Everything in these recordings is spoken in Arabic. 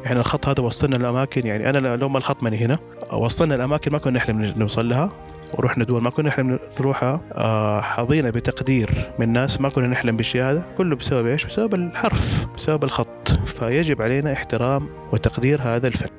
إحنا الخط هذا وصلنا لأماكن، يعني أنا لو ما الخط مني هنا وصلنا لأماكن ما كنا نحلم نوصل لها، ورحنا دول ما كنا نحلم نروحها. حظينا بتقدير من ناس ما كنا نحلم بالشيء هذا، كله بسبب إيش؟ بسبب الحرف، بسبب الخط. فيجب علينا احترام وتقدير هذا الفن.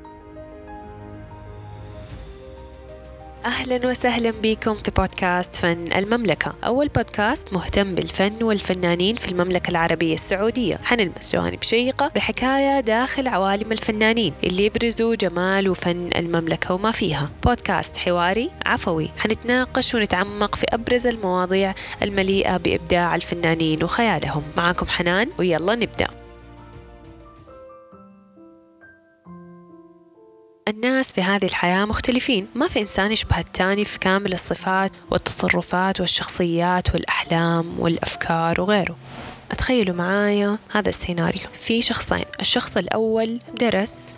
أهلا وسهلا بكم في بودكاست فن المملكة، أول بودكاست مهتم بالفن والفنانين في المملكة العربية السعودية. حنلمس جوانب شيقة بحكاية داخل عوالم الفنانين اللي يبرزوا جمال وفن المملكة وما فيها. بودكاست حواري عفوي، حنتناقش ونتعمق في أبرز المواضيع المليئة بإبداع الفنانين وخيالهم. معكم حنان، ويلا نبدأ. الناس في هذه الحياة مختلفين، ما في إنسان يشبه التاني في كامل الصفات والتصرفات والشخصيات والأحلام والأفكار وغيره. أتخيلوا معايا هذا السيناريو، في شخصين، الشخص الأول درس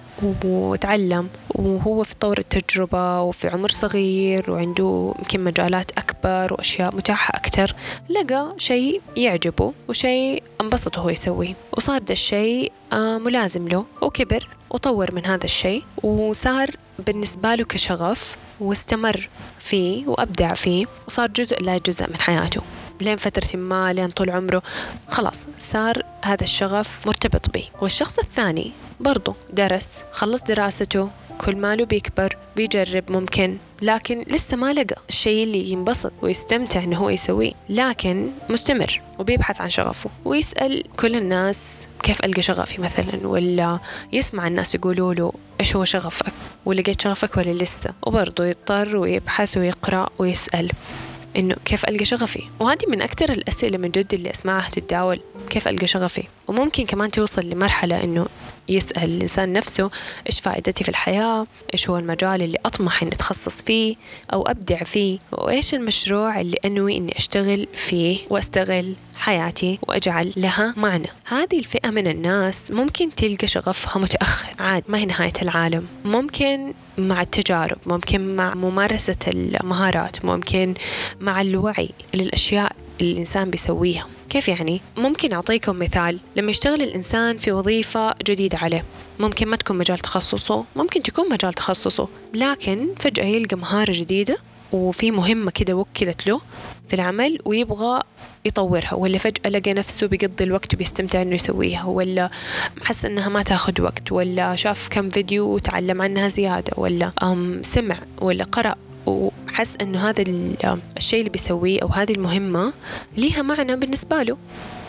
وتعلم وهو في طور التجربة وفي عمر صغير وعنده يمكن مجالات أكبر وأشياء متاحة أكتر، لقى شيء يعجبه وشيء انبسطه هو يسويه، وصار ده الشيء ملازم له، وكبر وطور من هذا الشيء وصار بالنسبة له كشغف، واستمر فيه وأبدع فيه، وصار جزء لا جزء من حياته لين فترة ما، لين طول عمره خلاص صار هذا الشغف مرتبط به. والشخص الثاني برضو درس، خلص دراسته، كل ماله بيكبر، بيجرب ممكن، لكن لسه ما لقى الشيء اللي ينبسط ويستمتع إنه هو يسويه، لكن مستمر وبيبحث عن شغفه، ويسأل كل الناس كيف ألقى شغفي مثلا، ولا يسمع الناس يقولوا له إيش هو شغفك، ولقيت شغفك ولا لسه، وبرضه يضطر ويبحث ويقرأ ويسأل إنه كيف ألقى شغفي. وهذه من أكثر الأسئلة من جد اللي أسمعها تتداول، كيف ألقى شغفي. وممكن كمان توصل لمرحلة إنه يسأل الإنسان نفسه إيش فائدتي في الحياة، إيش هو المجال اللي أطمح إني أتخصص فيه أو أبدع فيه، وإيش المشروع اللي أنوي إني أشتغل فيه وأستغل حياتي وأجعل لها معنى. هذه الفئة من الناس ممكن تلقى شغفها متأخر، عاد ما هي نهاية العالم، ممكن مع التجارب، ممكن مع ممارسة المهارات، ممكن مع الوعي للأشياء اللي الإنسان بيسويها. كيف يعني؟ ممكن أعطيكم مثال، لما يشتغل الإنسان في وظيفة جديدة عليه، ممكن ما تكون مجال تخصصه، ممكن تكون مجال تخصصه، لكن فجأة يلقى مهارة جديدة وفي مهمة كده وكلت له في العمل ويبغى يطورها، ولا فجأة لقى نفسه بيقضي الوقت وبيستمتع إنه يسويها، ولا حس إنها ما تاخد وقت، ولا شاف كم فيديو وتعلم عنها زيادة، ولا سمع ولا قرأ وحس إنه هذا الشيء اللي بيسويه أو هذه المهمة ليها معنى بالنسبة له،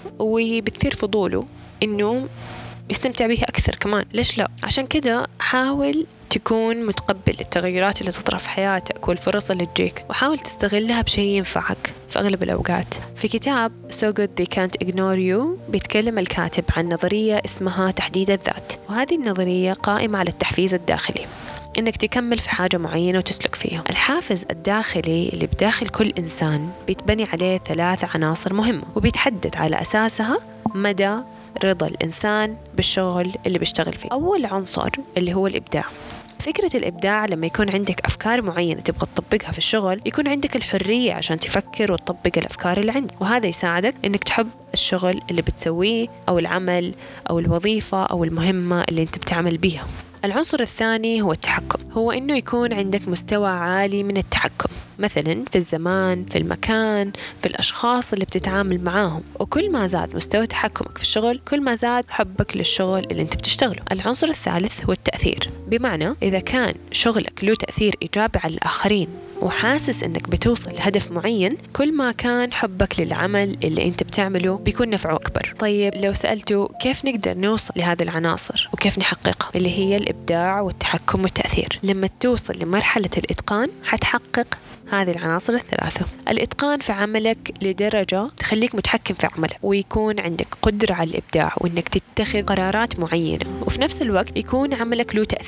وبتثير فضوله إنه يستمتع بيها أكثر كمان. ليش لا؟ عشان كده حاول تكون متقبل للتغيرات اللي تطرح في حياتك والفرص اللي تجيك، وحاول تستغلها بشيء ينفعك في أغلب الأوقات. في كتاب So Good They Can't Ignore You بيتكلم الكاتب عن نظرية اسمها تحديد الذات، وهذه النظرية قائمة على التحفيز الداخلي، إنك تكمل في حاجة معينة وتسلك فيها. الحافز الداخلي اللي بداخل كل إنسان بيتبني عليه 3 عناصر مهمة، وبيتحدد على أساسها مدى رضا الإنسان بالشغل اللي بيشتغل فيه. أول عنصر اللي هو الإبداع. فكرة الإبداع لما يكون عندك أفكار معينة تبغى تطبقها في الشغل، يكون عندك الحرية عشان تفكر وتطبق الأفكار اللي عندك، وهذا يساعدك إنك تحب الشغل اللي بتسويه أو العمل أو الوظيفة أو المهمة اللي أنت بتعمل بيها. العنصر الثاني هو التحكم، هو إنه يكون عندك مستوى عالي من التحكم، مثلا في الزمان، في المكان، في الأشخاص اللي بتتعامل معاهم. وكل ما زاد مستوى تحكمك في الشغل، كل ما زاد حبك للشغل اللي انت بتشتغله. العنصر الثالث هو التأثير، بمعنى إذا كان شغلك له تأثير إيجابي على الآخرين وحاسس إنك بتوصل لهدف معين، كل ما كان حبك للعمل اللي انت بتعمله بيكون نفعه أكبر. طيب لو سألته كيف نقدر نوصل لهذه العناصر وكيف نحققها، اللي هي الإبداع والتحكم والتأثير، لما توصل لمرحلة الإتقان حتحقق هذه العناصر الثلاثة. الإتقان في عملك لدرجة تخليك متحكم في عملك، ويكون عندك قدرة على الإبداع وإنك تتخذ قرارات معينة، وفي نفس الوقت يكون عملك له تأثير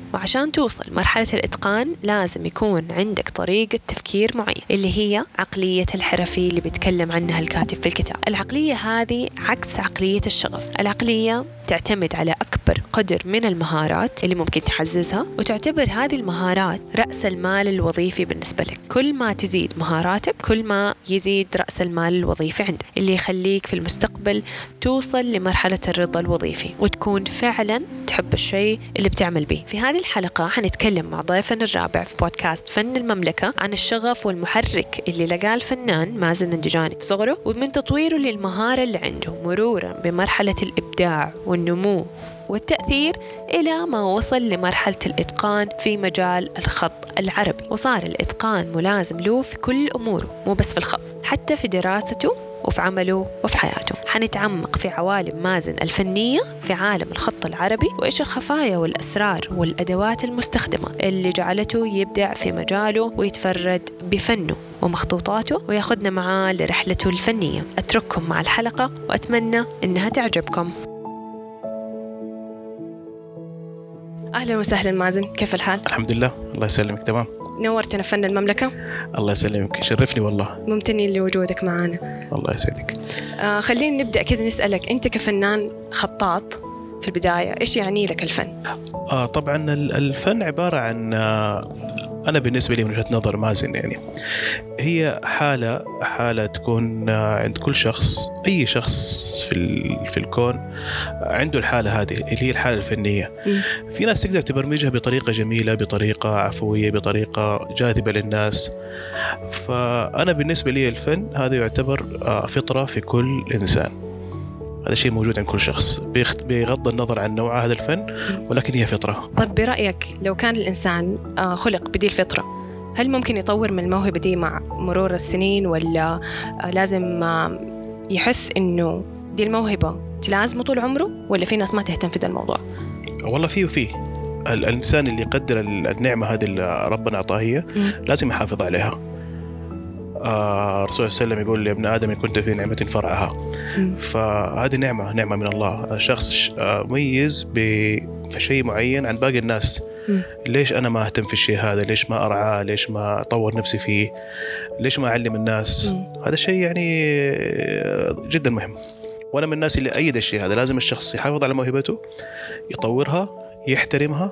وعشان توصل مرحلة الإتقان لازم يكون عندك طريقة تفكير معين اللي هي عقلية الحرفي اللي بيتكلم عنها الكاتب في الكتاب. العقلية هذه عكس عقلية الشغف. العقلية تعتمد على أكبر قدر من المهارات اللي ممكن تحززها، وتعتبر هذه المهارات رأس المال الوظيفي بالنسبة لك. كل ما تزيد مهاراتك كل ما يزيد رأس المال الوظيفي عندك، اللي يخليك في المستقبل توصل لمرحلة الرضا الوظيفي وتكون فعلا تحب الشيء اللي بتعمل به. في هذه الحلقة حنتكلم مع ضيفنا الرابع في بودكاست فن المملكة عن الشغف والمحرك اللي لقاه الفنان مازن الدجاني في صغره، ومن تطويره للمهارة اللي عنده مرورا بمرحلة الإبداع والنمو والتأثير إلى ما وصل لمرحلة الإتقان في مجال الخط العربي. وصار الإتقان ملازم له في كل أموره، مو بس في الخط، حتى في دراسته وفي عمله وفي حياته. حنتعمق في عوالم مازن الفنية في عالم الخط العربي، وإيش الخفايا والأسرار والأدوات المستخدمة اللي جعلته يبدع في مجاله ويتفرد بفنه ومخطوطاته، وياخدنا معاه لرحلته الفنية. أترككم مع الحلقة وأتمنى إنها تعجبكم. أهلا وسهلا مازن، كيف الحال؟ الحمد لله، الله يسلمك. تمام، نورتنا فن المملكة. الله يسلمك، شرفني والله. ممتنين لوجودك معنا. الله يسعدك. خلينا نبدأ كده نسألك، أنت كفنان خطاط في البداية إيش يعني لك الفن؟ طبعا الفن عبارة عن أنا بالنسبة لي من وجهة نظر مازن يعني هي حالة تكون عند كل شخص، أي شخص في الكون عنده الحالة هذه اللي هي الحالة الفنية. في ناس تقدر تبرمجها بطريقة جميلة، بطريقة عفوية، بطريقة جاذبة للناس. فأنا بالنسبة لي الفن هذا يعتبر فطرة في كل إنسان. هذا شيء موجود عند كل شخص بغض النظر عن نوع هذا الفن، ولكن هي فطرة. طب برأيك لو كان الإنسان خلق بدي الفطرة، هل ممكن يطور من الموهبة دي مع مرور السنين، ولا لازم يحس إنه دي الموهبة تلازمه طول عمره، ولا في ناس ما تهتم في ده الموضوع؟ والله فيه الإنسان اللي يقدر النعمة هذه اللي ربنا أعطاها هي لازم يحافظ عليها. الرسول صلى الله عليه وسلم يقول لابن آدم إن كنت في نعمة فرعها. فهذه نعمة من الله. الشخص مميز في شيء معين عن باقي الناس. ليش أنا ما أهتم في الشيء هذا؟ ليش ما أرعاه؟ ليش ما أطور نفسي فيه؟ ليش ما أعلم الناس؟ هذا شيء يعني جدا مهم، وأنا من الناس اللي أيد الشيء هذا. لازم الشخص يحافظ على موهبته، يطورها، يحترمها،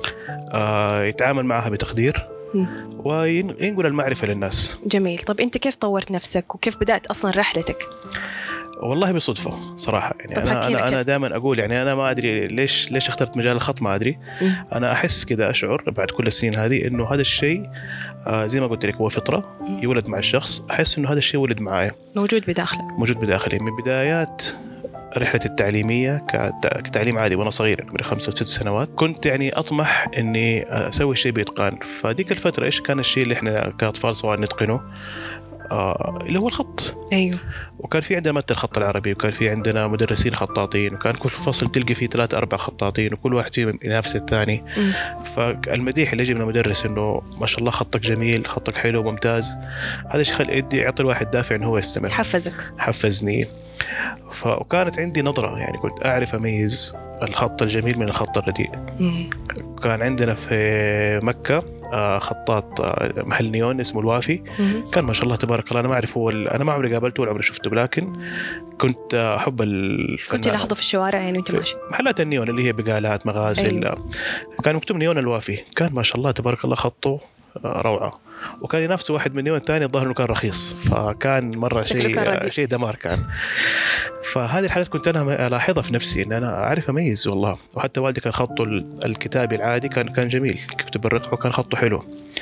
يتعامل معها بتقدير، وينقل المعرفة للناس. جميل. طب أنت كيف طورت نفسك وكيف بدأت أصلا رحلتك؟ والله بالصدفة صراحة يعني. أنا دائما أقول يعني أنا ما أدري ليش اخترت مجال الخط، ما أدري. أنا أحس كذا، أشعر بعد كل السنين هذه إنه هذا الشيء زي ما قلت لك هو فطرة يولد مع الشخص. أحس إنه هذا الشيء ولد معايا، موجود بداخلي من بدايات رحلة التعليمية كتعليم عادي. وأنا صغير من 5 و6 سنوات كنت يعني أطمح إني أسوي شيء بإتقان. فديك الفترة إيش كان الشيء اللي إحنا كأطفال صغار نتقنه؟ اللي هو الخط. أيوه. وكان في عندنا مادة الخط العربي، وكان في عندنا مدرسين خطاطين، وكان كل فصل تلقى فيه 3-4 خطاطين، وكل واحد فيهم ينافس الثاني. فالمديح اللي يجي من المدرس إنه ما شاء الله خطك جميل، خطك حلو ممتاز، هذا الشيء يعطي الواحد دافع إنه هو يستمر. حفزني. وكانت عندي نظرة يعني كنت أعرف أميز الخط الجميل من الخط الرديء. كان عندنا في مكة خطاط محل نيون اسمه الوافي. كان ما شاء الله تبارك الله. أنا ما أعرف أنا ما عمري قابلته ولا عمري شفته، لكن كنت أحب الفنان. كنت لاحظه في الشوارع يعني وأنت ماشي محلات النيون اللي هي بقالات مغاسل. أيوه. كان مكتوب نيون الوافي. كان ما شاء الله تبارك الله خطه روعة. وكان ينافس واحد من نيون ثاني، الظاهر انه كان رخيص، فكان مرة شيء دمار كان. فهذه الحالات كنت انا الاحظها في نفسي ان انا اعرف اميز والله. وحتى والدي كان خطه الكتابي العادي كان جميل، كتب الرقعة وكان خطه حلو.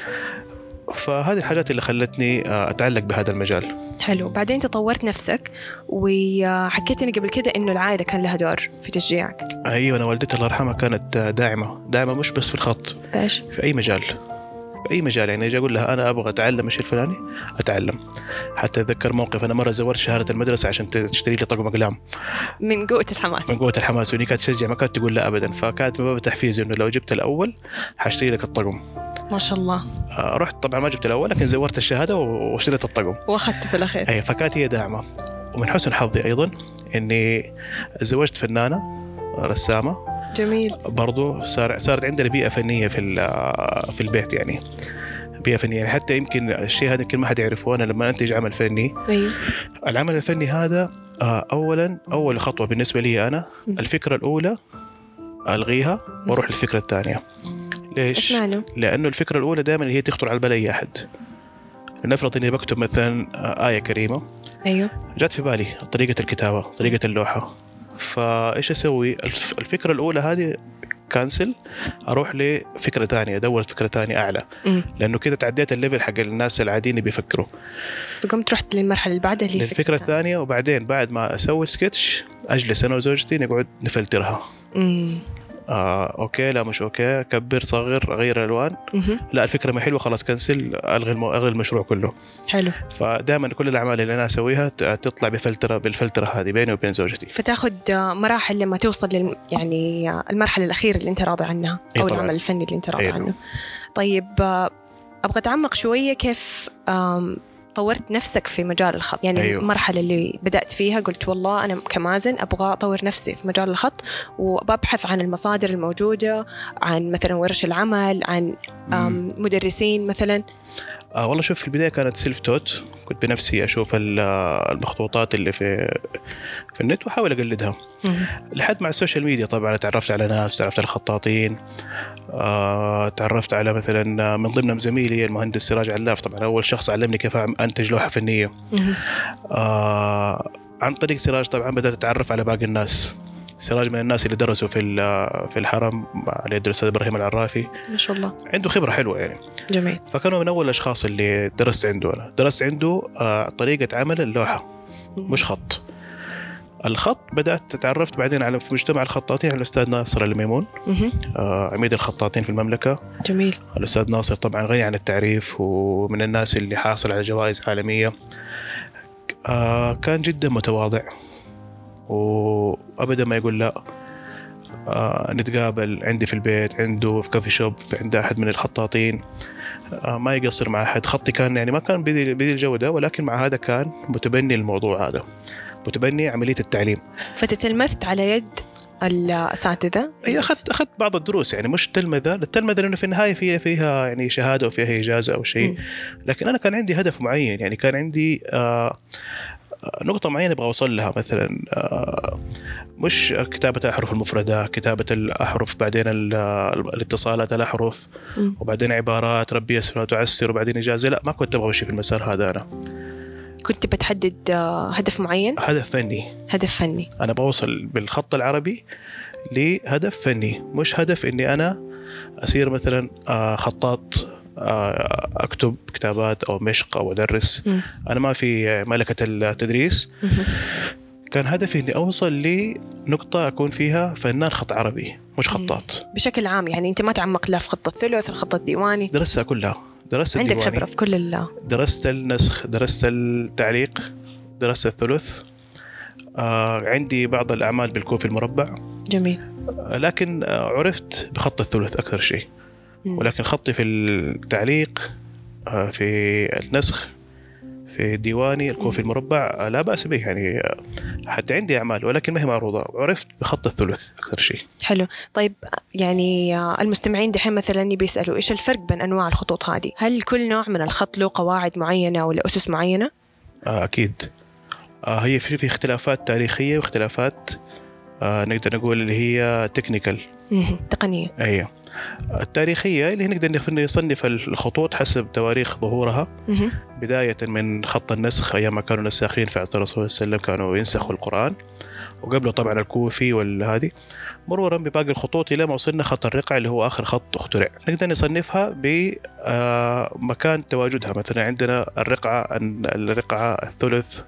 فهذه الحاجات اللي خلتني أتعلق بهذا المجال. حلو. بعدين تطورت نفسك وحكيت لي قبل كده إنه العائلة كان لها دور في تشجيعك. أيوة، أنا والدتي الله يرحمها كانت داعمة مش بس في الخط، في أي مجال. يعني أجي أقول لها أنا أبغى أتعلم الشيء الفلاني أتعلم. حتى أتذكر موقف، أنا مرة زورت شهادة المدرسة عشان تشتري لي طقم أقلام من قوة الحماس. وني كانت تشجع، ما كانت تقول لا أبدا. فكانت من باب التحفيز إنه لو جبت الأول حاشتري لك الطقم. ما شاء الله. رحت طبعا ما جبت الأول، لكن زورت الشهادة واشتريت الطقم وأخذته في الأخير. أي، فكانت هي داعمة. ومن حسن حظي أيضا إني زوجت فنانة رسامة. جميل. برضو صارت عندنا بيئة فنية في البيت، يعني بيئة فنية. يعني حتى يمكن الشيء هذا يمكن ما حد يعرفه، أنا لما أنتج عمل فني، أيوه. العمل الفني هذا أولا أول خطوة بالنسبة لي أنا الفكرة الأولى ألغيها وأروح للفكرة الثانية. ليش؟ لأنه الفكرة الأولى دائما هي تخطر على بال أي أحد. لنفرض إني بكتب مثلا آية كريمة، أيوه، جات في بالي طريقة الكتابة، طريقة اللوحة، فإيش أسوي؟ الفكرة الأولى هذه كانسل، أروح لفكرة ثانية، أدور فكرة ثانية أعلى، لأنه كده تعديت الليفل حق الناس العاديين بيفكروا، فقمت رحت للمرحلة اللي بعدها اللي الفكرة الثانية. وبعدين بعد ما أسوي سكتش أجلس أنا وزوجتي نقعد نفلترها. أوكي، لا مش أوكي، كبر صغر غير الألوان، لا الفكرة ما حلوة، خلاص كنسل، ألغي المشروع كله. حلو. فدائما كل الأعمال اللي أنا أسويها تطلع بالفلترة هذه بيني وبين زوجتي. فتاخد مراحل لما توصل يعني المرحلة الأخيرة اللي أنت راضي عنها، أو العمل الفني اللي أنت راضي عنه. طيب أبغى أتعمق شوية كيف طورت نفسك في مجال الخط، يعني المرحلة اللي بدأت فيها قلت والله أنا كمازن أبغى أطور نفسي في مجال الخط، وببحث عن المصادر الموجودة، عن مثلا ورش العمل، عن مدرسين مثلا. والله شوف، في البداية كانت سيلف توت، كنت بنفسي أشوف المخطوطات اللي في النت وحاول أقلدها، لحد مع السوشيال ميديا طبعا تعرفت على ناس، تعرفت على خطاطين، تعرفت على مثلا من ضمنهم زميلي المهندس سراج علاف، طبعا أول شخص علمني كيف أنتج لوحة فنية. عن طريق سراج طبعا بدأت أتعرف على باقي الناس. سراج من الناس اللي درسوا في الحرم على يد الأستاذ إبراهيم العرافي، ما شاء الله، عنده خبرة حلوة يعني. جميل. فكانوا من أول الأشخاص اللي درست عنده. أنا درست عنده طريقة عمل اللوحة، مش خط. الخط بدأت تعرفت بعدين على في مجتمع الخطاطين على الأستاذ ناصر الميمون، عميد الخطاطين في المملكة. جميل. الأستاذ ناصر طبعا غني عن التعريف، ومن الناس اللي حاصل على جوائز عالمية. كان جدا متواضع، وأبدا ما يقول لا. نتقابل عندي في البيت، عنده في كافي شوب، عند أحد من الخطاطين، ما يقصر مع أحد. خطي كان يعني ما كان بذي الجودة، ولكن مع هذا كان متبني الموضوع هذا، متبني عملية التعليم. فتتلمذت على يد الأساتذة؟ أي أخذت بعض الدروس، يعني مش التلمذة لأنه في النهاية فيها يعني شهادة وفيها إجازة أو شيء. لكن أنا كان عندي هدف معين، يعني كان عندي نقطة معينة أبغى أوصل لها، مثلا مش كتابة الأحرف المفردة، كتابة الأحرف، بعدين الاتصالات الأحرف، وبعدين عبارات ربي يسر وتعسر، وبعدين إجازة. لا، ما كنت أبغى أمشي في المسار هذا. أنا كنت بتحدد هدف معين؟ هدف فني. أنا بوصل بالخط العربي لهدف فني، مش هدف إني أنا أصير مثلا خطاط أكتب كتابات أو مشق أو أدرس. أنا ما في ملكة التدريس. كان هدفي إني أوصل لنقطة أكون فيها فنان خط عربي، مش خطاط. بشكل عام يعني أنت ما تعمقت لا في خط الثلث، الخط الديواني؟ درستها كلها، درست عندك الديواني، خبرة في كل درست النسخ، درست التعليق، درست الثلث. عندي بعض الأعمال بالكوفي المربع. جميل. لكن عرفت بخط الثلث أكثر شيء. ولكن خطي في التعليق، في النسخ، في الديواني، الكوفي المربع لا بأس به، يعني حتى عندي أعمال ولكن ما هي معروضة. عرفت بخط الثلث أكثر شيء. حلو. طيب يعني المستمعين دحين مثلا بيسألوا إيش الفرق بين أنواع الخطوط هذه؟ هل كل نوع من الخط له قواعد معينة ولا أسس معينة؟ أكيد. هي في اختلافات تاريخية واختلافات نقدر نقول اللي هي تكنيكال، تقنية. أيوة. التاريخية اللي نقدر نصنف الخطوط حسب تواريخ ظهورها، بداية من خط النسخ أيام ما كانوا نساخين في عهد الرسول صلى الله عليه وسلم، كانوا ينسخوا القرآن، وقبله طبعا الكوفي والهذه، مرورا بباقي الخطوط إلى ما وصلنا خط الرقعة اللي هو آخر خط اخترع. نقدر نصنفها بمكان تواجدها. مثلا عندنا الرقعة الثلث،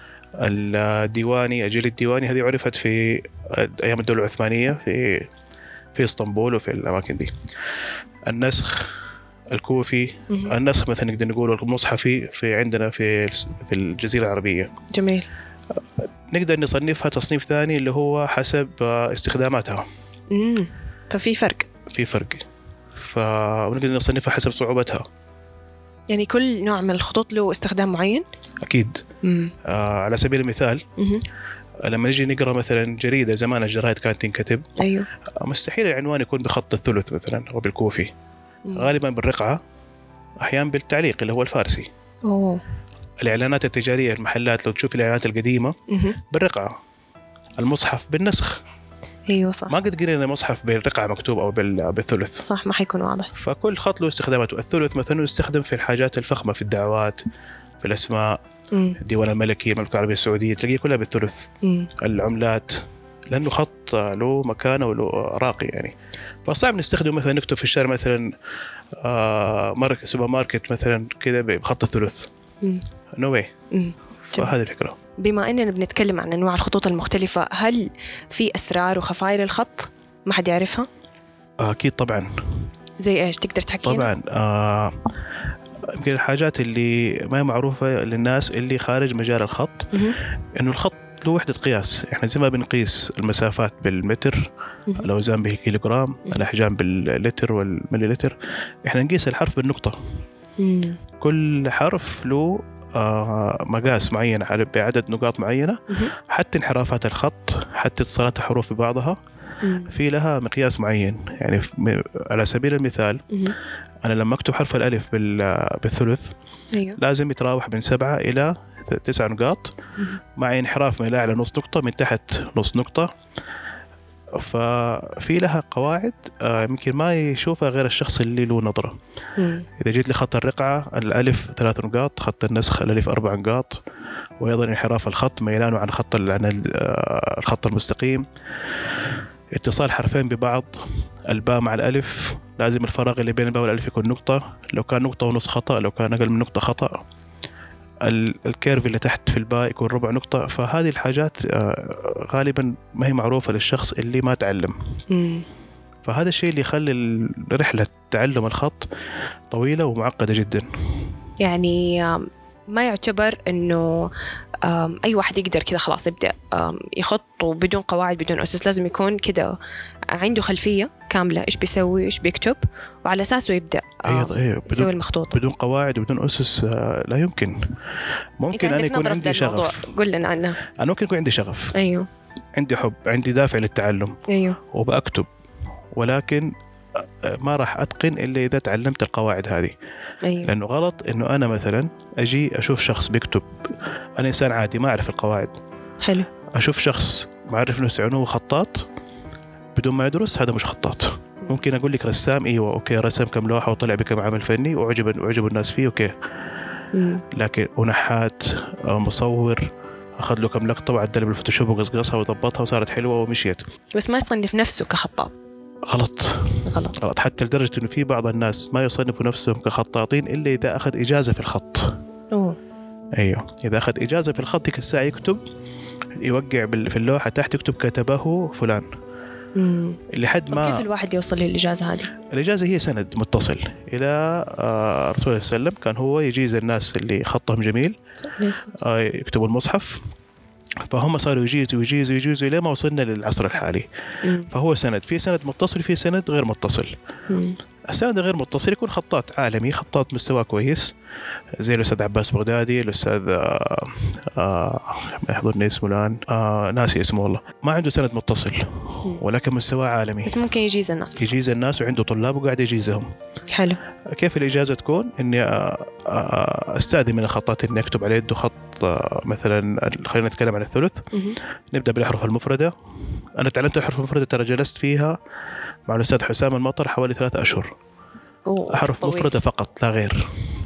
الديواني، الجيل الديواني، هذه عرفت في أيام الدولة العثمانية في اسطنبول وفي الأماكن دي. النسخ الكوفي، النسخ مثلا نقدر نقول المصحفي في عندنا في الجزيرة العربية. جميل. نقدر نصنفها تصنيف ثاني اللي هو حسب استخداماتها. ففي فرق. ونقدر نصنفها حسب صعوبتها. يعني كل نوع من الخطوط له استخدام معين؟ أكيد. على سبيل المثال لما نجي نقرأ مثلا جريدة زمان الجرايد كانت تنكتب أيوه مستحيل العنوان يكون بخط الثلث مثلا أو بالكوفي، غالبا بالرقعة، أحيانا بالتعليق اللي هو الفارسي. أوه. الإعلانات التجارية المحلات لو تشوف الإعلانات القديمة بالرقعة. المصحف بالنسخ. أيوه صح. ما قد قرينا مصحف بالرقعة مكتوب أو بالثلث. صح ما حيكون واضح. فكل خط له استخداماته. الثلث مثلا يستخدم في الحاجات الفخمة، في الدعوات، في الأسماء، الديوان الملكي، المملكة العربية السعودية تلاقيه كلها بالثلث. العملات لأنه خط له مكانه وله راقي يعني. فصعب نستخدم مثلا نكتب في الشارع مثلا سوبر ماركت مثلا كذا بخط الثلث. نو واي. فهذه الفكرة. بما أننا بنتكلم عن أنواع الخطوط المختلفة، هل في أسرار وخفايا للخط ما حد يعرفها؟ أكيد طبعا. زي إيش تقدر تحكينا؟ طبعا يمكن الحاجات اللي ما هي معروفة للناس اللي خارج مجال الخط إنه الخط له وحدة قياس. إحنا زي ما بنقيس المسافات بالمتر، الأوزان بالكيلوغرام، الأحجام باللتر والمليلتر، إحنا نقيس الحرف بالنقطة. كل حرف له مقاس معين بعدد نقاط معينة. حتى انحرافات الخط، حتى اتصالات الحروف ببعضها في لها مقياس معين. يعني على سبيل المثال أنا لما أكتب حرف الألف بالثلث لازم يتراوح من 7 إلى 9 نقاط، مع انحراف من الأعلى نص نقطة، من تحت نص نقطة. ففي لها قواعد يمكن ما يشوفها غير الشخص اللي له نظرة. إذا جيت لخط الرقعة الألف 3 نقاط، خط النسخ الألف 4 نقاط، وأيضا انحراف الخط ميلانه عن الخط المستقيم، اتصال حرفين ببعض، الباء مع الألف لازم الفراغ اللي بين الباء والألف يكون نقطة، لو كان نقطة ونص خطأ، لو كان أقل من نقطة خطأ، الكيرف اللي تحت في الباء يكون ربع نقطة. فهذه الحاجات غالبا ما هي معروفة للشخص اللي ما تعلم. فهذا الشيء اللي يخلي رحلة تعلم الخط طويلة ومعقدة جدا. يعني ما يعتبر أنه أي واحد يقدر كده خلاص يبدأ يخط بدون قواعد بدون أسس، لازم يكون كده عنده خلفية كاملة إيش بيسوي إيش بيكتب، وعلى أساسه يبدأ يسوي المخطوط. بدون قواعد وبدون أسس لا يمكن. ممكن أن يكون عندي شغف. قل لنا عنه. أنا ممكن يكون عندي شغف، أيوه، عندي حب، عندي دافع للتعلم، أيوه، وبأكتب، ولكن ما راح أتقن إلا إذا تعلمت القواعد هذه. أيوه. لأنه غلط إنه أنا مثلا أجي أشوف شخص بيكتب، أنا إنسان عادي ما أعرف القواعد، حلو، أشوف شخص معرف نفسه إنه خطاط بدون ما يدرس، هذا مش خطاط. ممكن أقول لك رسام، إيوه أوكي رسم كم لوحة وطلع بكم عمل فني وعجب الناس فيه، أوكي. لكن ونحات أو مصور أخذ له كم لقطة وعدل بالفوتوشوب وقصقصها وضبطها وصارت حلوة ومشيت، بس ما يصنف نفسه كخطاط. غلط. حتى لدرجة إنه في بعض الناس ما يصنفوا نفسهم كخطاطين إلا إذا أخذ إجازة في الخط. أيوه، إذا أخذ إجازة في الخط ديك الساعة يكتب، يوقع في اللوحة تحت يكتب كتبه فلان. لحد ما كيف الواحد يوصل للإجازة هذه؟ الإجازة هي سند متصل إلى رسول الله صلى الله عليه وسلم، كان هو يجيز الناس اللي خطهم جميل يكتبوا المصحف، فهم صاروا يجيزوا لما وصلنا للعصر الحالي. فهو سند، في سند متصل في سند غير متصل. السند غير متصل يكون خطاط عالمي، خطاط مستوى كويس زي الأستاذ عباس بغدادي، الأستاذ ما يحضرني اسمه الآن، ناسي اسمه والله، ما عنده سند متصل ولكن مستوى عالمي، بس ممكن يجيز الناس وعنده طلاب وقاعد يجيزهم. حلو. كيف الإجازة تكون؟ إني أستأذن من الخطاط إني أكتب على يده خط مثلا، خلينا نتكلم عن الثلث. نبدأ بالأحرف المفردة. أنا تعلمت الأحرف المفردة، ترى جلست فيها مع الأستاذ حسام المطر حوالي 3 أشهر. أحرف مفردة فقط لا غير.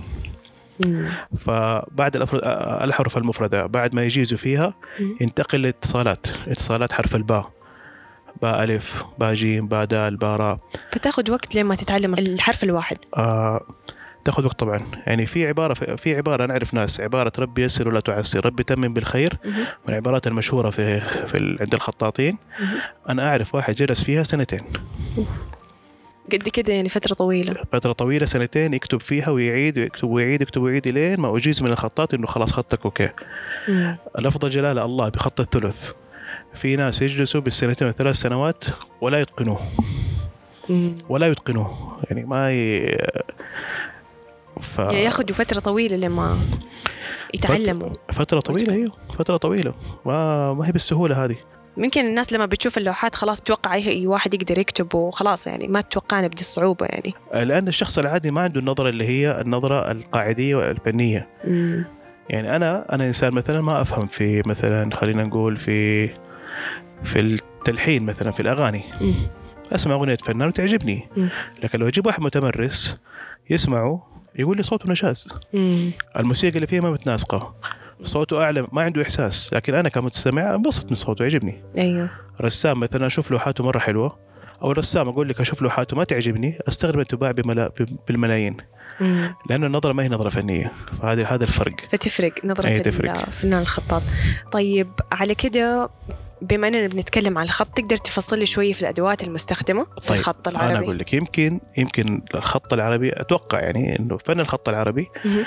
فبعد الأحرف المفردة بعد ما يجيزوا فيها ينتقل لاتصالات حرف الباء، باء ألف، باء جيم، باء دال، باء راء. فتاخد وقت لما تتعلم الحرف الواحد. تاخذ وقت طبعا. يعني في عبارة نعرف ناس، عبارة ربي يسر ولا تعسر، ربي تمم بالخير، من العبارات المشهورة عند الخطاطين. أنا أعرف واحد جلس فيها 2 قد كده، يعني فترة طويلة 2 يكتب فيها ويعيد ويكتب لين ما أجيز من الخطاط إنه خلاص خطك أوكي. لفظ جلالة الله بخط الثلث، في ناس يجلسوا بالسنتين و3 سنوات ولا يتقنوه يعني ما ياخدوا فترة طويلة لما يتعلموا. فترة طويلة. أيوه فترة طويلة، ما هي بالسهولة هذه. ممكن الناس لما بتشوف اللوحات خلاص بتوقع أي واحد يقدر يكتب وخلاص، يعني ما تتوقعنا بدي الصعوبة يعني. لأن الشخص العادي ما عنده النظرة اللي هي النظرة القاعدية والفنية. يعني أنا إنسان مثلا ما أفهم في مثلا خلينا نقول في التلحين مثلا في الأغاني. أسمع أغنية فنان وتعجبني، لكن لو أجيب واحد متمرس يسمعه يقول لي صوته نشاز، الموسيقى اللي فيها ما متناسقة، صوته أعلى، ما عنده إحساس. لكن أنا كمستمع انبسط من صوته، يعجبني. أيوه. رسام مثلا أشوف لوحاته مرة حلوة، أو رسام أقول لك أشوف لوحاته ما تعجبني، أستغرب أن تباع بالملايين، لأن النظرة ما هي نظرة فنية. هذا الفرق. فتفرق نظرة الفنان الخطاط. طيب على كده، بما أننا بنتكلم عن الخط، تقدر تفصل لي شوية في الأدوات المستخدمة في الخط العربي؟ أنا أقول لك يمكن الخط العربي أتوقع يعني إنه فن الخط العربي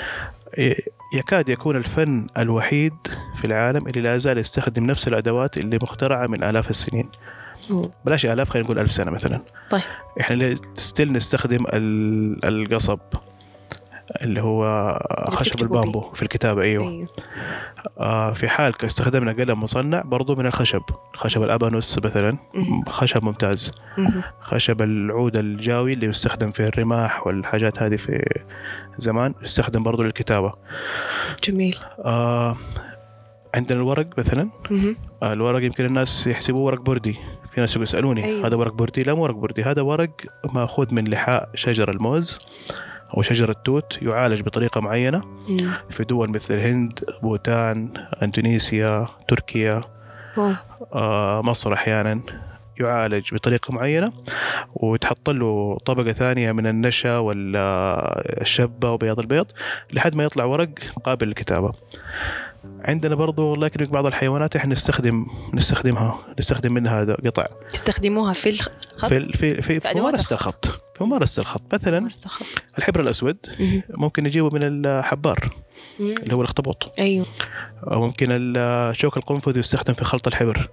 يكاد يكون الفن الوحيد في العالم اللي لا زال يستخدم نفس الأدوات اللي مخترعة من آلاف السنين. بلاش آلاف، خلينا نقول 1000 سنة مثلا. طيب إحنا ستيل نستخدم القصب اللي هو خشب البامبو في الكتابة. أيوه. في حال استخدمنا قلم مصنع برضو من خشب الأبانوس مثلا، خشب ممتاز. خشب العود الجاوي اللي يستخدم في الرماح والحاجات هذه في زمان يستخدم برضو للكتابة. جميل. عندنا الورق مثلا. الورق يمكن الناس يحسبوه ورق بردي، في ناس يسألوني أيوه. هذا ورق بردي؟ لا، مو ورق بردي، هذا ورق مأخوذ من لحاء شجر الموز أو شجر التوت، يعالج بطريقة معينة في دول مثل الهند، بوتان، إندونيسيا، تركيا، مصر أحيانا، يعالج بطريقة معينة ويتحط له طبقة ثانية من النشا والشبة وبياض البيض لحد ما يطلع ورق قابل للكتابة. عندنا برضو لكن بعض الحيوانات احنا نستخدم منها قطع. تستخدموها في الخط؟ في ممارسة الخط مثلا الحبر الأسود ممكن نجيبه من الحبار اللي هو الاخطبوط. أيوه. ممكن الشوك القنفذ يستخدم في خلط الحبر.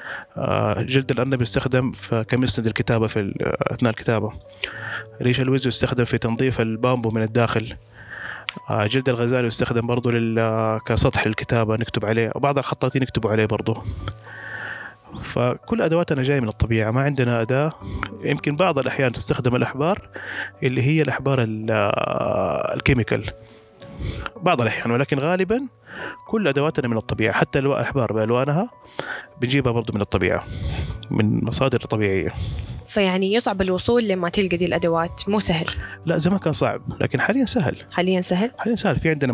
جلد الأرنب يستخدم كمسند الكتابة في أثناء الكتابة. ريش الوز يستخدم في تنظيف البامبو من الداخل. جلد الغزال يستخدم برضو كسطح الكتابة نكتب عليه، وبعض الخطاطين يكتبوا عليه برضو. فكل أدواتنا جاية من الطبيعة، ما عندنا أداة. يمكن بعض الأحيان تستخدم الأحبار اللي هي الأحبار الكيميكال بعض الأحيان، ولكن غالبا كل أدواتنا من الطبيعة، حتى الأحبار بألوانها بنجيبها برضو من الطبيعة، من مصادر طبيعية. فيعني يصعب الوصول لما تلقى دي الأدوات، مو سهل؟ لا، زمان كان صعب لكن حاليا سهل. حاليا سهل. في عندنا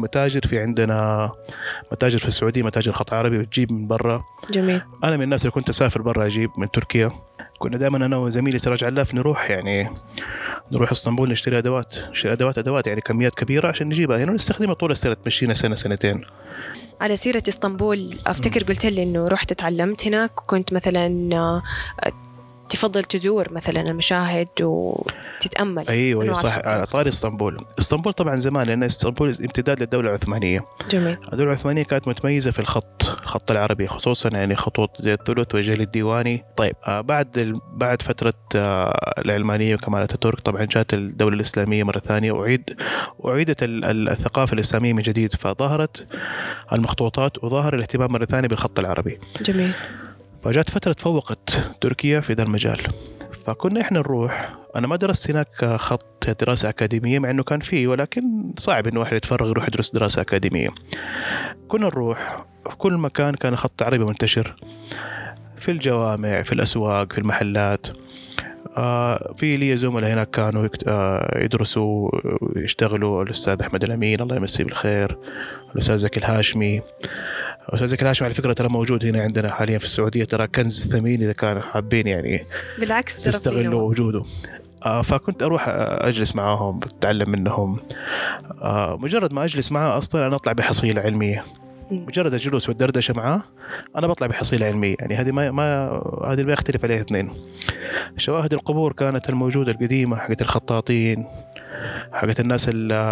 متاجر في السعودية، متاجر خط عربي بتجيب من برا. جميل. أنا من الناس اللي كنت أسافر برا أجيب من تركيا. كنا دائما أنا وزميلي سراج علاف نروح اسطنبول نشتري أدوات يعني كميات كبيرة عشان نجيبها هنا ونستخدمها طول السنة، تمشينا سنة سنتين. على سيرة اسطنبول، أفتكر قلت لي إنه رحت اتعلمت هناك، وكنت مثلا تفضل تزور مثلا المشاهد وتتأمل. أيوة صح. على طاري اسطنبول طبعا زمان، لأن اسطنبول امتداد للدولة العثمانية. جميل. الدولة العثمانية كانت متميزة في الخط العربي خصوصا، يعني خطوط زي الثلث وجيل الديواني. طيب بعد فترة العلمانية وكمال أتاتورك طبعا جاءت الدولة الإسلامية مرة ثانية، وأعيدت الثقافة الإسلامية من جديد، فظهرت المخطوطات وظهر الاهتمام مرة ثانية بالخط العربي. جميل. فجاءت فترة تفوقت تركيا في ذا المجال، فكنا إحنا نروح. أنا ما درست هناك خط دراسة أكاديمية مع إنه كان فيه، ولكن صعب إنه واحد يتفرغ يروح يدرس دراسة أكاديمية. كنا نروح في كل مكان كان خط عربي منتشر، في الجوامع، في الأسواق، في المحلات. في لي زملاء هناك كانوا يدرسوا ويشتغلوا، الأستاذ أحمد الأمين الله يمسيه بالخير، الأستاذ زكي الهاشمي. أستاذ زكي الهاشمي على فكرة ترى موجود هنا عندنا حاليا في السعودية، ترى كنز ثمين إذا كانوا حابين يعني بالعكس تستغلوا وجوده. فكنت أروح أجلس معهم أتعلم منهم. مجرد ما أجلس معه أصلا أنا أطلع بحصيلة علمية، مجرد الجلوس والدردشة معاه أنا بطلع بحصيلة علمية. يعني هذه هذه ما يختلف عليها اثنين. شواهد القبور كانت الموجودة القديمة حقت الخطاطين، حقت الناس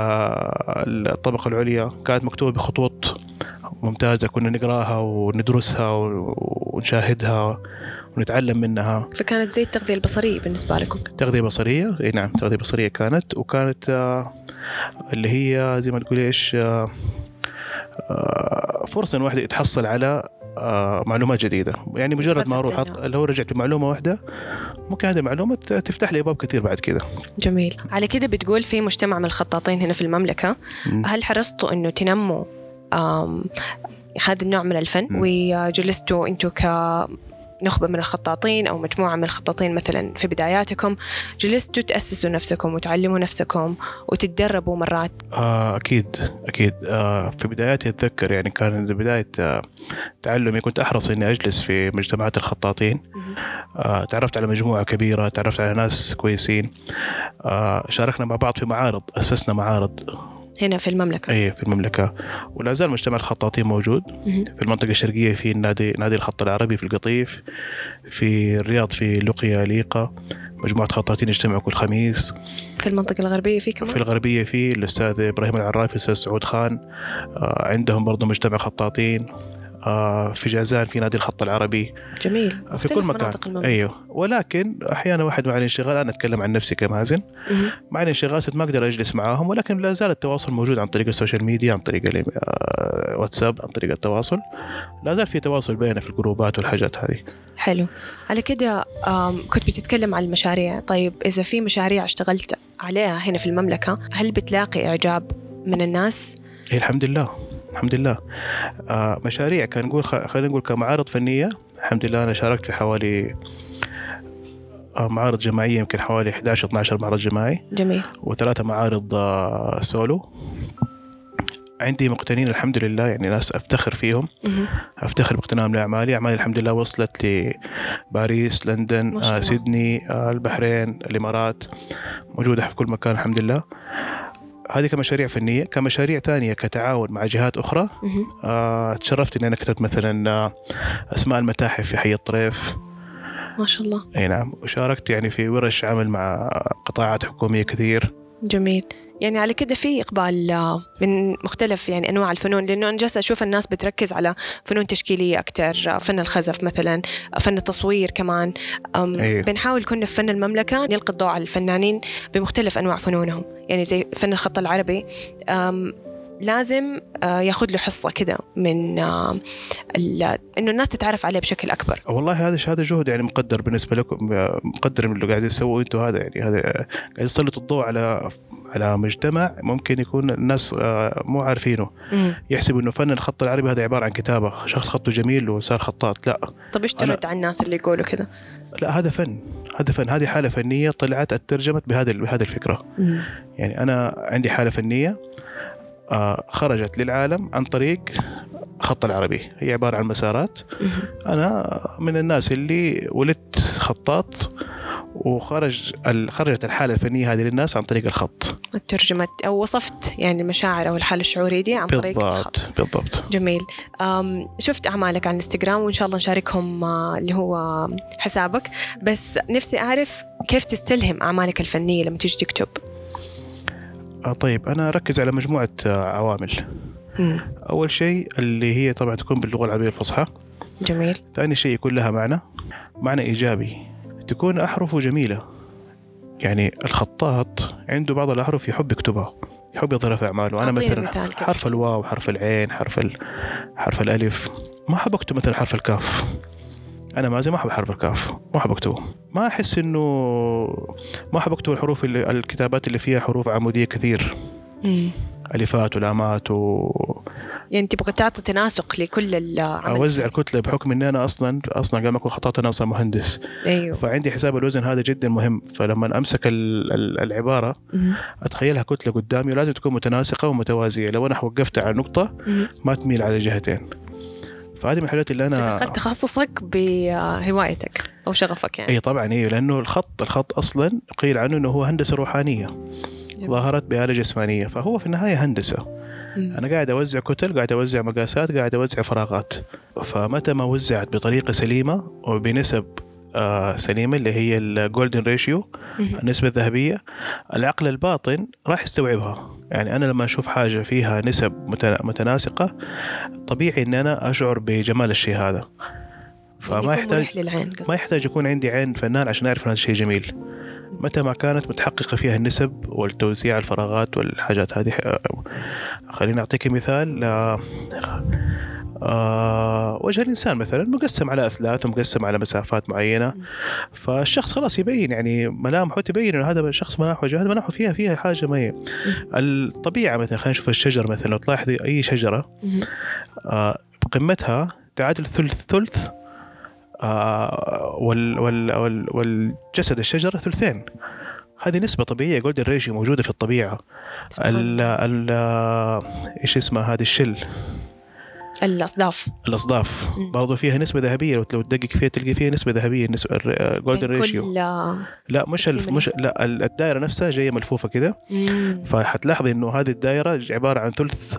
الطبقة العليا، كانت مكتوبة بخطوط ممتازة، كنا نقراها وندرسها ونشاهدها ونتعلم منها. فكانت زي التغذية البصرية بالنسبة لكم؟ تغذية بصرية، اي نعم، تغذية بصرية كانت، وكانت اللي هي زي ما تقول ايش، فرصة إن واحد يتحصل على معلومات جديدة. يعني مجرد ما أروح لو رجعت بمعلومة واحدة ممكن هذه المعلومة تفتح لي أبواب كثير بعد كده. جميل. على كده بتقول في مجتمع من الخطاطين هنا في المملكة، هل حرصتوا إنه تنموا هذا النوع من الفن وجلستوا أنتوا كنخبة من الخطاطين أو مجموعة من الخطاطين مثلا في بداياتكم جلستوا تأسسوا نفسكم وتعلموا نفسكم وتتدربوا مرات؟ أكيد في بداياتي أتذكر يعني كان بداية تعلمي كنت أحرص إني أجلس في مجتمعات الخطاطين. تعرفت على مجموعة كبيرة، تعرفت على ناس كويسين، شاركنا مع بعض في معارض، أسسنا معارض هنا في المملكة. أي في المملكة، ولا زال مجتمع الخطاطين موجود في المنطقة الشرقية، في نادي الخط العربي في القطيف، في الرياض في لقيا ليقة مجموعة خطاطين يجتمعوا كل خميس. في المنطقة الغربية في كمان؟ في الغربية في الأستاذ إبراهيم العرافي، الأستاذ سعود خان، عندهم برضو مجتمع خطاطين. في جازان في نادي الخط العربي. جميل. في كل مكان. أيوه، ولكن أحيانا واحد مع الانشغال، أنا أتكلم عن نفسي كمازن، مع الانشغال ما أقدر أجلس معاهم، ولكن لا زال التواصل موجود عن طريق السوشيال ميديا، عن طريق واتساب، عن طريق التواصل. لا زال في تواصل بيننا في الجروبات والحاجات هذه. حلو. على كده كنت بتتكلم عن المشاريع. طيب إذا في مشاريع اشتغلت عليها هنا في المملكة هل بتلاقي إعجاب من الناس؟ الحمد لله. مشاريع خلينا نقول كمعارض فنية، الحمد لله أنا شاركت في حوالي معارض جماعية، يمكن حوالي 11-12 معرض جماعي. جميل. و3 معارض سولو. عندي مقتنين الحمد لله، يعني ناس أفتخر فيهم. أفتخر باقتنائهم لأعمالي. أعمالي الحمد لله وصلت لباريس، لندن، سيدني، البحرين، الإمارات، موجودة في كل مكان الحمد لله. هذه كمشاريع فنية. كمشاريع ثانية كتعاون مع جهات أخرى، تشرفت إن أنا كتبت مثلا أسماء المتاحف في حي الطريف. ما شاء الله. أي نعم. وشاركت يعني في ورش عمل مع قطاعات حكومية كثير. جميل. يعني على كده في إقبال من مختلف يعني أنواع الفنون، لأنه أنا جالسة أشوف الناس بتركز على فنون تشكيلية أكتر، فن الخزف مثلا، فن التصوير كمان. بنحاول كنا في فن المملكة نلقي الضوء على الفنانين بمختلف أنواع فنونهم. يعني زي فن الخط العربي لازم ياخذ له حصة كده من إنه الناس تتعرف عليه بشكل أكبر. والله هذا جهد يعني مقدر بالنسبة لكم، مقدر من اللي قاعد يسووا أنتوا. هذا يعني هذا قاعد يسلط الضوء على مجتمع ممكن يكون الناس مو عارفينه. يحسب إنه فن الخط العربي هذا عبارة عن كتابة، شخص خطه جميل وصار خطاط. لا. طب إيش ترد على الناس اللي يقولوا كده؟ لا، هذا فن. هذه حالة فنية طلعت اترجمت بهذه الفكرة. يعني أنا عندي حالة فنية خرجت للعالم عن طريق خط العربي. هي عبارة عن مسارات. أنا من الناس اللي ولدت خطاط، خرجت الحالة الفنية هذه للناس عن طريق الخط. ترجمت أو وصفت يعني المشاعر أو الحالة الشعورية دي عن طريق الخط. بالضبط. جميل. شفت أعمالك على الانستغرام وإن شاء الله نشاركهم اللي هو حسابك، بس نفسي أعرف كيف تستلهم أعمالك الفنية لما تيجي تكتب؟ طيب أنا أركز على مجموعة عوامل. أول شيء اللي هي طبعا تكون باللغة العربية الفصحى. جميل. ثاني شيء يكون لها معنى إيجابي، تكون أحرفه جميلة. يعني الخطاط عنده بعض الأحرف يحب يكتبها، يحب يظهرها في أعماله. أنا مثلا حرف الواو، حرف العين، حرف الألف ما أحب أكتب مثلا حرف الكاف. أنا ما أحب حرف الكاف، ما أحب أكتبه. ما أحس إنه ما أحب أكتب الحروف الكتابات اللي فيها حروف عمودية كثير، ألفات ولامات يعني تبغى تعطي تناسق لكل العمل. أوزع الكتلة بحكم إني أنا أصلاً قبل أكون خطاط أنا أصلاً مهندس. أيوه. فعندي حساب الوزن هذا جداً مهم. فلما أمسك العبارة أتخيلها كتلة قدامي ولازم تكون متناسقة ومتوازية. لو أنا وقفت على نقطة ما تميل على جهتين. فهذه من الحاجات اللي أنا دخلت تخصصك بهوايتك أو شغفك يعني. أي طبعاً. أيوه، لأنه الخط أصلاً قيل عنه إنه هو هندسة روحانية ظهرت بآلة جسمانية، فهو في النهاية هندسة. أنا قاعد أوزع كتل، قاعد أوزع مقاسات، قاعد أوزع فراغات. فمتى ما وزعت بطريقة سليمة وبنسب سليمة اللي هي الجولدن ريشيو، النسبة الذهبية، العقل الباطن راح يستوعبها. يعني أنا لما أشوف حاجة فيها نسب متناسقة طبيعي إن أنا أشعر بجمال الشيء هذا. فما يحتاج يكون عندي عين فنان عشان أعرف أن هذا الشيء جميل. متى ما كانت متحققة فيها النسب والتوزيع الفراغات والحاجات هذه. خليني أعطيك مثال. وجه الإنسان مثلا مقسم على أثلاث ومقسم على مسافات معينة، فالشخص خلاص يبين يعني ملامحه، تبين إنه هذا الشخص ملامحه هذا ملامحه فيها حاجة ما هي. الطبيعة مثلا خلينا نشوف الشجر مثلا، لو تلاحظي أي شجرة قمتها تعادل ثلث والجسد الشجرة ثلثين. هذه نسبة طبيعية، جولدن ريشيو موجودة في الطبيعة. إيش اسمها هذه الشل، الأصداف برضو فيها نسبة ذهبية، لو تدقق فيها تلقي فيها نسبة ذهبية، نسبة جولدن ريشيو. لا مش لا الدائرة نفسها جاية ملفوفة كده، فحتلاحظي إنه هذه الدائرة عبارة عن ثلث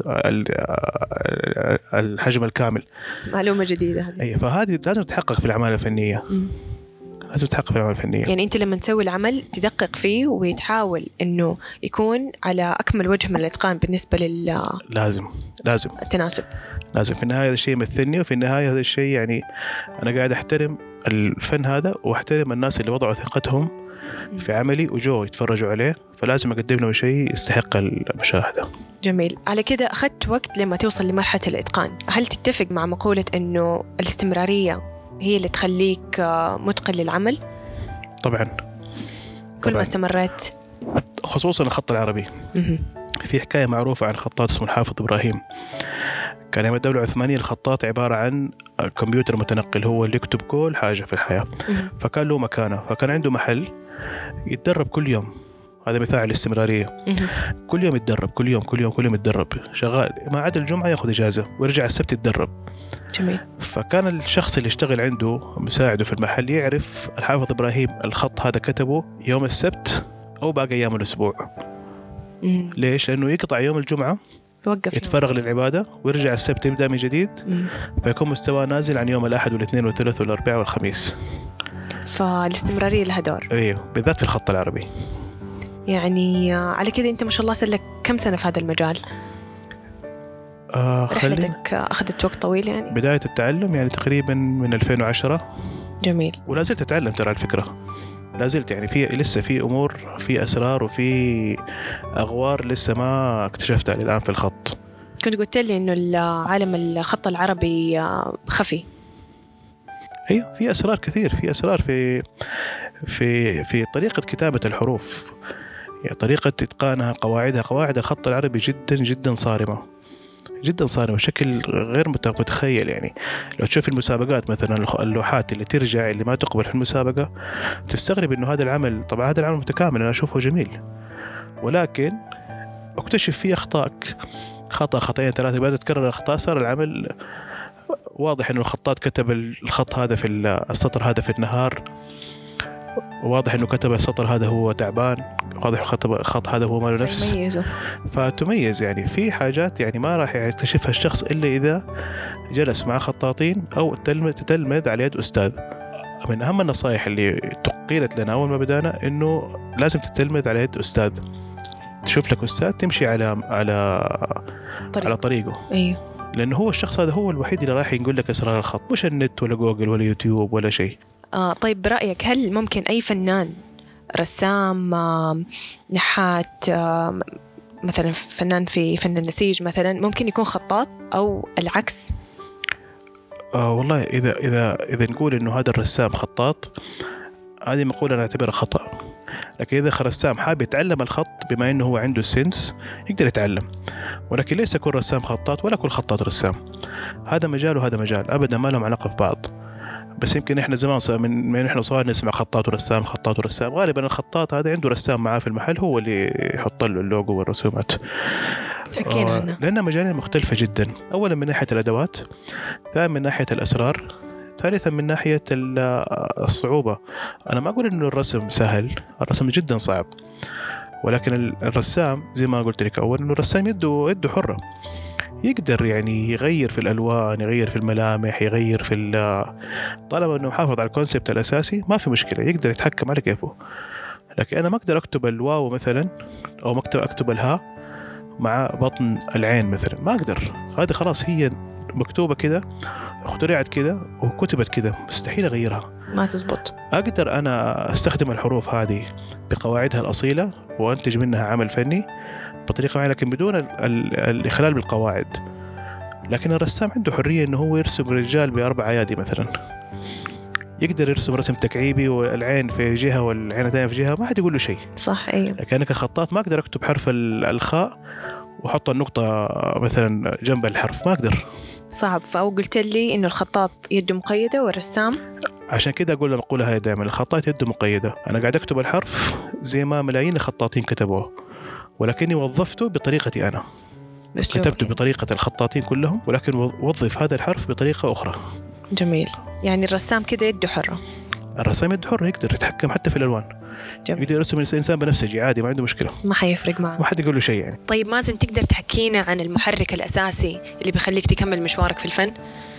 الحجم الكامل. معلومة جديدة هذه. أي، فهذه لازم تتحقق في الأعمال الفنية. لازم تتحقق في الأعمال الفنية. يعني أنت لما تسوي العمل تدقق فيه وتحاول إنه يكون على أكمل وجه من الإتقان بالنسبة لازم التناسب. لازم في النهاية هذا الشيء يمثلني، وفي النهاية هذا الشيء يعني أنا قاعد أحترم الفن هذا وأحترم الناس اللي وضعوا ثقتهم في عملي وجوا يتفرجوا عليه، فلازم أقدم لهم شيء يستحق المشاهدة. جميل. على كده أخذت وقت لما توصل لمرحلة الإتقان. هل تتفق مع مقولة أنه الاستمرارية هي اللي تخليك متقن للعمل؟ طبعا. كل ما استمرت، خصوصا الخط العربي. في حكاية معروفة عن خطاط اسمه الحافظ إبراهيم. كان أيام الدولة العثمانية الخطاط عبارة عن كمبيوتر متنقل، هو اللي يكتب كل حاجة في الحياة. فكان له مكانه، فكان عنده محل يتدرب كل يوم. هذا مثال على الاستمرارية. كل يوم يتدرب، كل يوم يتدرب، شغال ما عدا الجمعة يأخذ إجازة ويرجع السبت يتدرب. جميل. فكان الشخص اللي يشتغل عنده مساعده في المحل يعرف الحافظ إبراهيم الخط هذا كتبه يوم السبت أو باقي أيام الأسبوع. ليش؟ لأنه يقطع يوم الجمعة يتفرغ للعبادة ويرجع السبت يبدأ من جديد، فيكون مستوى نازل عن يوم الأحد والاثنين والثلاث والأربعاء والخميس. فالاستمرارية لها دور. أيوه، بالذات في الخط العربي. يعني على كده أنت ما شاء الله صار لك كم سنة في هذا المجال؟ رحلتك أخذت وقت طويل يعني؟ بداية التعلم يعني تقريبا من 2010. جميل. ولا زلت أتعلم ترى الفكرة، لا زلت يعني في لسه في أمور، في أسرار وفي أغوار لسه ما اكتشفتها الآن في الخط. كنت قلت لي إنه العالم الخط العربي خفي. أيوة، في أسرار كثير، في أسرار في طريقة كتابة الحروف، يعني طريقة إتقانها، قواعد الخط العربي جدا جدا صارمة بشكل غير متخيل. يعني لو تشوف المسابقات مثلا، اللوحات اللي ترجع اللي ما تقبل في المسابقة، تستغرب إنه هذا العمل، طبعا هذا العمل متكامل أنا أشوفه جميل، ولكن اكتشف فيه خطأين ثلاثة، بعد تكرر الأخطاء صار العمل واضح إنه الخطاط كتب الخط هذا في السطر هذا في النهار، واضح إنه كتب السطر هذا هو تعبان، واضح كتب الخط هذا هو ماله نفس. فتميز يعني في حاجات يعني ما راح يكتشفها الشخص إلا إذا جلس مع خطاطين أو تتلمذ على يد أستاذ. من أهم النصائح اللي قيلت لنا أول ما بدأنا إنه لازم تتلمذ على يد أستاذ، تشوف لك أستاذ تمشي على طريقه. أيوه. لأنه هو الشخص هذا هو الوحيد اللي راح يقول لك أسرار الخط، مش النت ولا جوجل ولا يوتيوب ولا شيء. طيب برأيك هل ممكن أي فنان، رسام، نحات، مثلا فنان في فن النسيج مثلا، ممكن يكون خطاط أو العكس؟ والله إذا نقول إنه هذا الرسام خطاط، هذه مقولة نعتبرها خطأ. لكن إذا رسام حاب يتعلم الخط بما إنه هو عنده السنس يقدر يتعلم، ولكن ليس كل رسام خطاط ولا كل خطاط رسام. هذا مجال وهذا مجال، أبدا ما لهم علاقة في بعض. بس يمكن إحنا زمان من إحنا صغار نسمع خطاط ورسام. غالبا الخطاط هذا عنده رسام معاه في المحل هو اللي يحط له اللوجو والرسومات. لأنها مجالين مختلفة جدا، أولا من ناحية الأدوات، ثانيا من ناحية الأسرار، ثالثا من ناحية الصعوبة. أنا ما أقول إنه الرسم سهل، الرسم جدا صعب، ولكن الرسام زي ما قلت لك أول إنه الرسام يده حرة، يقدر يعني يغير في الألوان، يغير في الملامح، يغير في طالما إنه محافظ على الكونسبت الأساسي ما في مشكلة، يقدر يتحكم على كيفه. لكن أنا ما أقدر أكتب الواو مثلا، أو أكتب الهاء مع بطن العين مثلا، ما أقدر. هذه خلاص هي مكتوبة كده، اخترعت كده وكتبت كده، مستحيل أغيرها. ما تزبط. أقدر أنا أستخدم الحروف هذه بقواعدها الأصيلة وأنتج منها عمل فني بطريقة معينة، لكن بدون الإخلال بالقواعد. لكن الرسام عنده حرية إنه هو يرسم رجال بأربع أيادي مثلا، يقدر يرسم رسم تكعيبي والعين في جهة والعين الثانية في جهة، ما حد يقول له شيء. صح. أيوة. لكن أنا كخطاط ما أقدر أكتب حرف الخاء وحط النقطة مثلا جنب الحرف، ما أقدر. صعب. فأو قلت لي إنه الخطاط يده مقيدة والرسام، عشان كده أقول المقولة هاي دائما، الخطاط يده مقيدة. أنا قاعد أكتب الحرف زي ما ملايين الخطاطين كتبوه، ولكني وظفته بطريقتي أنا. كتبته بطريقة الخطاطين كلهم، ولكن وظف هذا الحرف بطريقة أخرى. جميل. يعني الرسام كده يده حرة. الرسام يده حر، يقدر يتحكم حتى في الألوان. جميل. يقدر يرسم الإنسان بنفسجي عادي، ما عنده مشكلة، ما حيفرق معه، ما حد يقول له شيء يعني. طيب مازن، تقدر تحكينا عن المحرك الأساسي اللي بيخليك تكمل مشوارك في الفن؟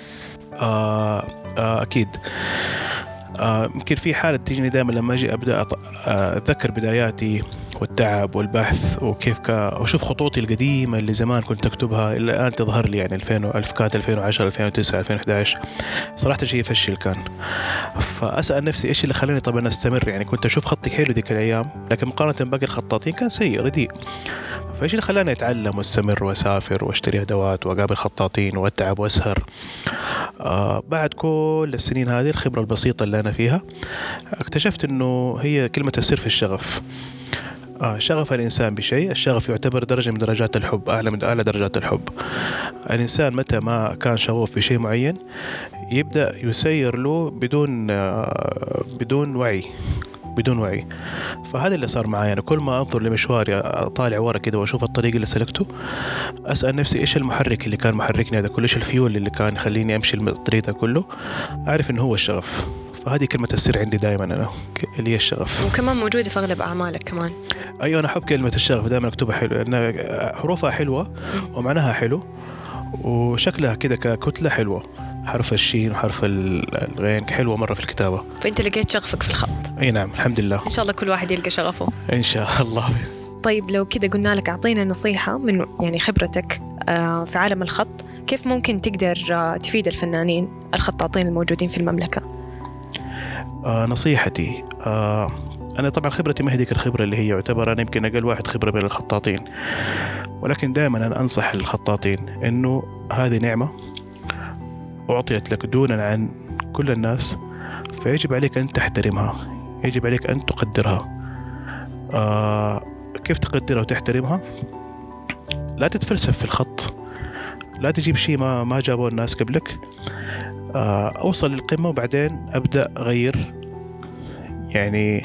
أكيد. يمكن في حالة تجيني دائما لما أجي أبدأ أتذكر بداياتي والتعب والبحث وكيف وأشوف خطوطي القديمة اللي زمان كنت أكتبها اللي الآن تظهر لي، يعني كانت 2010 2009 2011 صراحة شيء يفشل كان. فأسأل نفسي إيش اللي خلاني طبعا أستمر، يعني كنت أشوف خطي حلو ذيك الأيام، لكن مقارنة باقي الخطاطين كان سيء رديء. فإيش اللي خلاني أتعلم واستمر وأسافر وأشتري أدوات وأقابل خطاطين وأتعب وأسهر؟ بعد كل السنين هذه الخبرة البسيطة اللي أنا فيها، اكتشفت أنه هي كلمة السر في الشغف. شغف الإنسان بشيء، الشغف يعتبر درجة من درجات الحب، أعلى من أعلى درجات الحب. الإنسان متى ما كان شغوف بشيء معين يبدأ يسير له بدون وعي. فهذا اللي صار معي. أنا كل ما أنظر لمشواري أطالع ورا كده وأشوف الطريق اللي سلكته، أسأل نفسي إيش المحرك اللي كان محركني هذا كله، إيش الفيول اللي كان يخليني أمشي الطريق ده كله. أعرف إنه هو الشغف. فهذه كلمة السر عندي دائما أنا، اللي هي الشغف، وكمان موجودة في أغلب أعمالك كمان. أيوة، أنا أحب كلمة الشغف، دائما أكتبها حلو لأن حروفها حلوة ومعناها حلو وشكلها كده ككتلة حلوة، حرف الشين وحرف الغين حلوة مرة في الكتابة. فأنت لقيت شغفك في الخط. أي نعم، الحمد لله. إن شاء الله كل واحد يلقى شغفه إن شاء الله. طيب لو كده قلنا لك أعطينا نصيحة من يعني خبرتك في عالم الخط، كيف ممكن تقدر تفيد الفنانين الخطاطين الموجودين في المملكة؟ نصيحتي، أنا طبعا خبرتي ما هي ذيك الخبرة اللي هي يعتبر أنا يمكن أقل واحد خبرة بين الخطاطين، ولكن دائما أنا أنصح الخطاطين إنه هذه نعمة أعطيت لك دونا عن كل الناس، فيجب عليك أن تحترمها، يجب عليك أن تقدرها. كيف تقدرها وتحترمها؟ لا تتفلسف في الخط، لا تجيب شيء ما جابوه الناس قبلك. أوصل للقمة وبعدين أبدأ أغير. يعني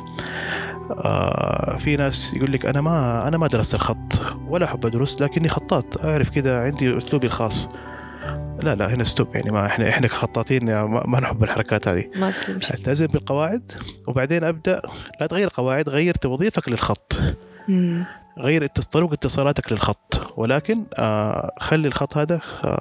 في ناس يقول لك أنا ما درست الخط ولا أحب أدرس، لكني خطاط، أعرف كده عندي أسلوبي الخاص. لا هنا ستوب، يعني ما إحنا كخطاطين ما نحب الحركات هذه. التزم بالقواعد وبعدين أبدأ. لا تغير قواعد، غير توظيفك للخط، غير طرق اتصالاتك للخط، ولكن خلي الخط هذا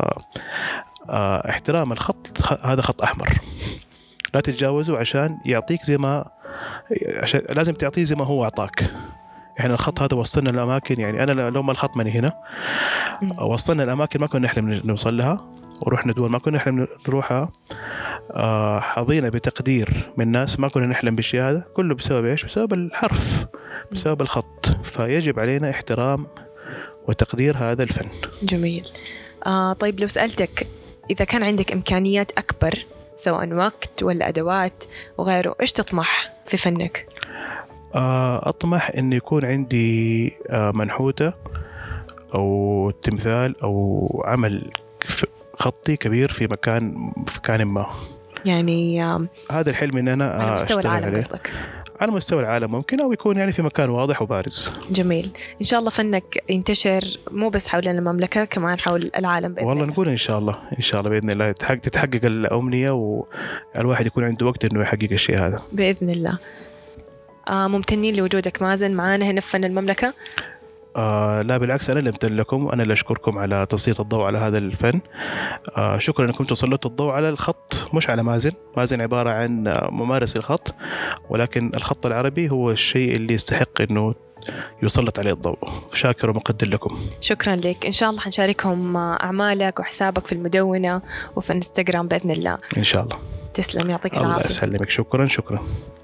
احترام الخط، هذا خط أحمر لا تتجاوزه عشان يعطيك عشان لازم تعطيه زي ما هو أعطاك. إحنا الخط هذا وصلنا الأماكن، يعني أنا لو ما الخط مني هنا وصلنا الأماكن ما كنا نحلم نوصل لها، ورحنا دول ما كنا نحلم نروحها. حظينا بتقدير من ناس ما كنا نحلم بالشيء هذا كله بسبب إيش؟ بسبب الحرف، بسبب الخط. فيجب علينا احترام وتقدير هذا الفن. جميل. طيب لو سألتك إذا كان عندك إمكانيات أكبر سواء وقت ولا أدوات وغيره، إيش تطمح في فنك؟ أطمح أن يكون عندي منحوتة أو تمثال أو عمل خطي كبير في مكان ما. يعني هذا الحلم أن أنا على مستوى العالم قصدك؟ على مستوى العالم ممكن، أو يكون يعني في مكان واضح وبارز. جميل. إن شاء الله فنك ينتشر مو بس حول المملكة، كمان حول العالم بإذن والله الله. نقول إن شاء الله بإذن الله تتحقق الأمنية والواحد يكون عنده وقت إنه يحقق الشيء هذا بإذن الله. ممتنين لوجودك مازن معانا هنا في فن المملكة. لا بالعكس، أنا اللي أمتن لكم، أنا اللي أشكركم على تسليط الضوء على هذا الفن. شكرا أنكم تسلطوا الضوء على الخط، مش على مازن عبارة عن ممارس الخط، ولكن الخط العربي هو الشيء اللي يستحق أنه يسلط عليه الضوء. شاكر ومقدر لكم. شكرا لك. إن شاء الله حنشاركهم أعمالك وحسابك في المدونة وفي انستغرام بإذن الله. إن شاء الله. تسلم، يعطيك الله العافية. يسلمك. شكرا.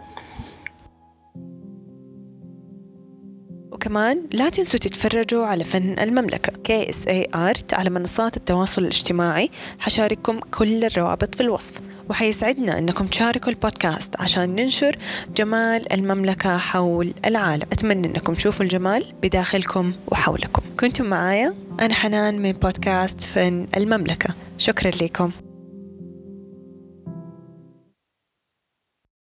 وكمان لا تنسوا تتفرجوا على فن المملكة KSA Art على منصات التواصل الاجتماعي. حشارككم كل الروابط في الوصف. وحيسعدنا أنكم تشاركوا البودكاست عشان ننشر جمال المملكة حول العالم. أتمنى أنكم تشوفوا الجمال بداخلكم وحولكم. كنتم معايا أنا حنان من بودكاست فن المملكة. شكرا لكم.